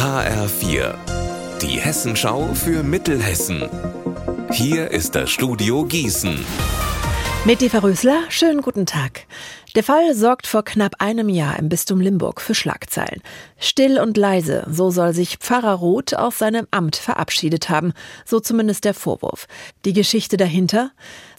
HR4, die Hessenschau für Mittelhessen. Hier ist das Studio Gießen. Mit Eva Rösler, schönen guten Tag. Der Fall sorgt vor knapp einem Jahr im Bistum Limburg für Schlagzeilen. Still und leise, so soll sich Pfarrer Roth aus seinem Amt verabschiedet haben. So zumindest der Vorwurf. Die Geschichte dahinter?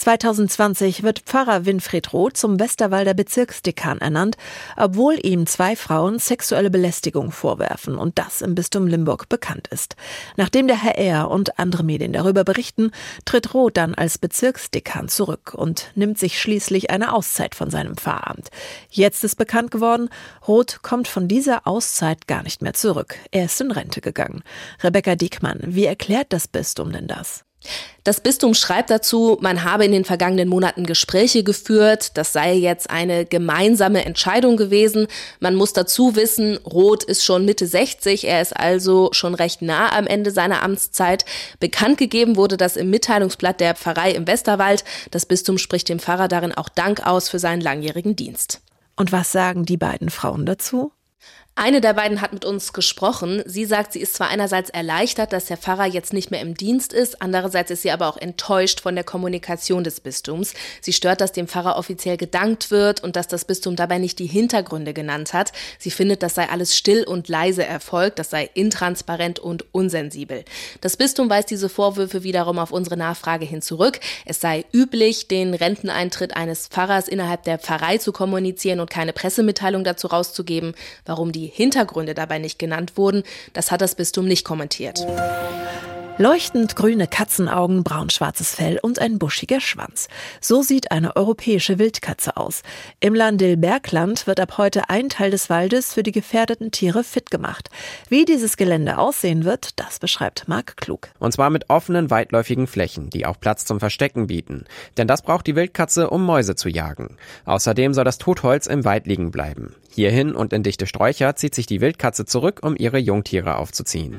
2020 wird Pfarrer Winfried Roth zum Westerwalder Bezirksdekan ernannt, obwohl ihm 2 Frauen sexuelle Belästigung vorwerfen und das im Bistum Limburg bekannt ist. Nachdem der HR und andere Medien darüber berichten, tritt Roth dann als Bezirksdekan zurück und nimmt sich schließlich eine Auszeit von seinem Pfarramt. Jetzt ist bekannt geworden, Roth kommt von dieser Auszeit gar nicht mehr zurück. Er ist in Rente gegangen. Rebecca Diekmann, wie erklärt das Bistum denn das? Das Bistum schreibt dazu, man habe in den vergangenen Monaten Gespräche geführt. Das sei jetzt eine gemeinsame Entscheidung gewesen. Man muss dazu wissen, Roth ist schon Mitte 60. Er ist also schon recht nah am Ende seiner Amtszeit. Bekannt gegeben wurde das im Mitteilungsblatt der Pfarrei im Westerwald. Das Bistum spricht dem Pfarrer darin auch Dank aus für seinen langjährigen Dienst. Und was sagen die beiden Frauen dazu? Eine der beiden hat mit uns gesprochen. Sie sagt, sie ist zwar einerseits erleichtert, dass der Pfarrer jetzt nicht mehr im Dienst ist, andererseits ist sie aber auch enttäuscht von der Kommunikation des Bistums. Sie stört, dass dem Pfarrer offiziell gedankt wird und dass das Bistum dabei nicht die Hintergründe genannt hat. Sie findet, das sei alles still und leise erfolgt, das sei intransparent und unsensibel. Das Bistum weist diese Vorwürfe wiederum auf unsere Nachfrage hin zurück. Es sei üblich, den Renteneintritt eines Pfarrers innerhalb der Pfarrei zu kommunizieren und keine Pressemitteilung dazu rauszugeben. Warum die Hintergründe dabei nicht genannt wurden, das hat das Bistum nicht kommentiert. Leuchtend grüne Katzenaugen, braun-schwarzes Fell und ein buschiger Schwanz. So sieht eine europäische Wildkatze aus. Im Landil-Bergland wird ab heute ein Teil des Waldes für die gefährdeten Tiere fit gemacht. Wie dieses Gelände aussehen wird, das beschreibt Marc Klug. Und zwar mit offenen, weitläufigen Flächen, die auch Platz zum Verstecken bieten. Denn das braucht die Wildkatze, um Mäuse zu jagen. Außerdem soll das Totholz im Wald liegen bleiben. Hierhin und in dichte Sträucher zieht sich die Wildkatze zurück, um ihre Jungtiere aufzuziehen.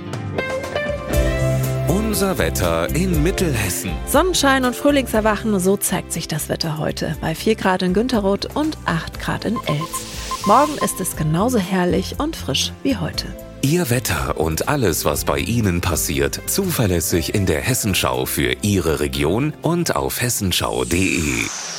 Unser Wetter in Mittelhessen. Sonnenschein und Frühlingserwachen, so zeigt sich das Wetter heute. Bei 4 Grad in Günterroth und 8 Grad in Elz. Morgen ist es genauso herrlich und frisch wie heute. Ihr Wetter und alles, was bei Ihnen passiert, zuverlässig in der Hessenschau für Ihre Region und auf hessenschau.de.